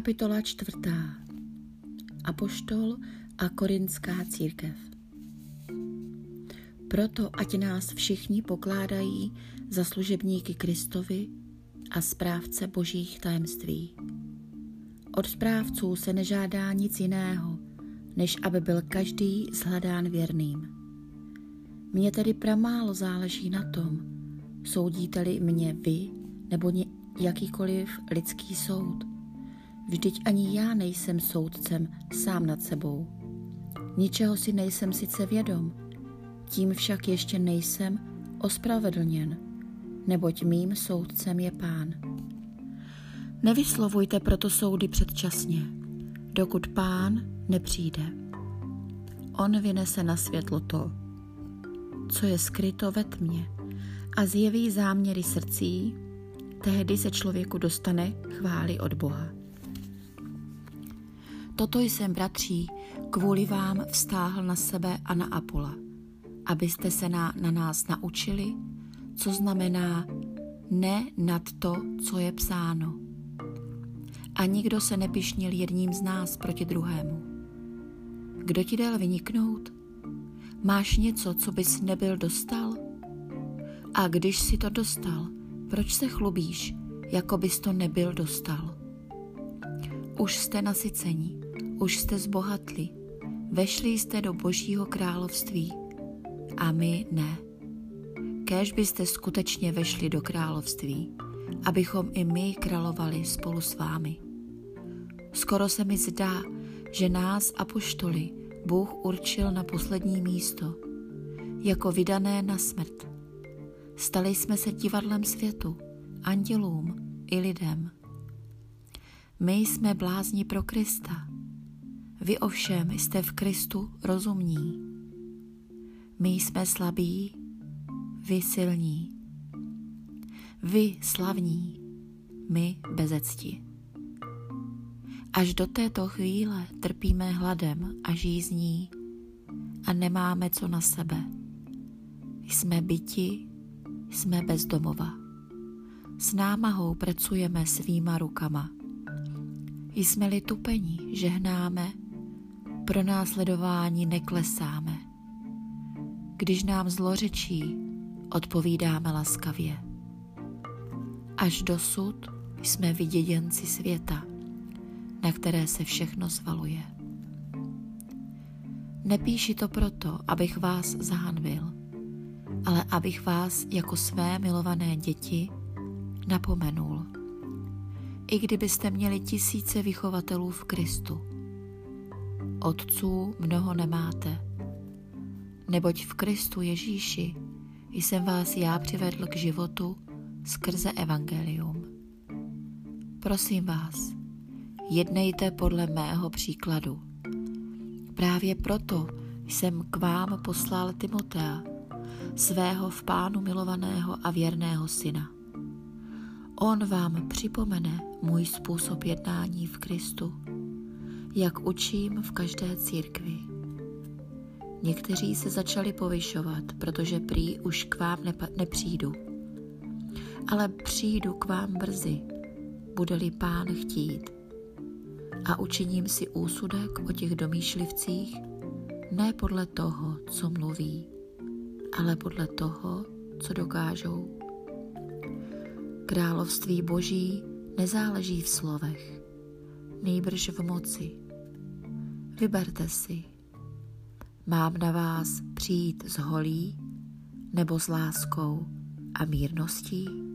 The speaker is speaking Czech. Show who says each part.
Speaker 1: Kapitola 4. Apoštol a korintská církev. Proto ať nás všichni pokládají za služebníky Kristovi a správce božích tajemství. Od správců se nežádá nic jiného, než aby byl každý shledán věrným. Mně tedy pramálo záleží na tom, soudíte-li mě vy nebo jakýkoliv lidský soud. Vždyť ani já nejsem soudcem sám nad sebou. Ničeho si nejsem sice vědom, tím však ještě nejsem ospravedlněn, neboť mým soudcem je Pán. Nevyslovujte proto soudy předčasně, dokud Pán nepřijde. On vynese na světlo to, co je skryto ve tmě, a zjeví záměry srdcí, tehdy se člověku dostane chvály od Boha. Toto jsem, bratří, kvůli vám vztáhl na sebe a na Apola, abyste se na nás naučili, co znamená ne nad to, co je psáno. A nikdo se nepyšnil jedním z nás proti druhému. Kdo ti dal vyniknout? Máš něco, co bys nebyl dostal? A když jsi to dostal, proč se chlubíš, jako bys to nebyl dostal? Už jste nasyceni, už jste zbohatli, vešli jste do Božího království a my ne. Kéž byste skutečně vešli do království, abychom i my královali spolu s vámi. Skoro se mi zdá, že nás apoštoly Bůh určil na poslední místo, jako vydané na smrt. Stali jsme se divadlem světu, andělům i lidem. My jsme blázni pro Krista. Vy ovšem jste v Kristu rozumní. My jsme slabí, vy silní. Vy slavní, my bezecti. Až do této chvíle trpíme hladem a žízní a nemáme co na sebe. Jsme byti, jsme bez domova. S námahou pracujeme svýma rukama. Jsme-li tupení, žehnáme, pro následování neklesáme. Když nám zlořečí, odpovídáme laskavě. Až dosud jsme vyděděnci světa, na které se všechno svaluje. Nepíši to proto, abych vás zahanbil, ale abych vás jako své milované děti napomenul. I kdybyste měli tisíce vychovatelů v Kristu, otců mnoho nemáte, neboť v Kristu Ježíši jsem vás já přivedl k životu skrze evangelium. Prosím vás, jednejte podle mého příkladu. Právě proto jsem k vám poslal Timotea, svého v Pánu milovaného a věrného syna. On vám připomene můj způsob jednání v Kristu, jak učím v každé církvi. Někteří se začali povyšovat, protože prý už k vám nepřijdu. Ale přijdu k vám brzy, bude-li Pán chtít. A učiním si úsudek o těch domýšlivcích, ne podle toho, co mluví, ale podle toho, co dokážou. Království Boží nezáleží v slovech, nýbrž v moci. Vyberte si, mám na vás přijít s holí nebo s láskou a mírností?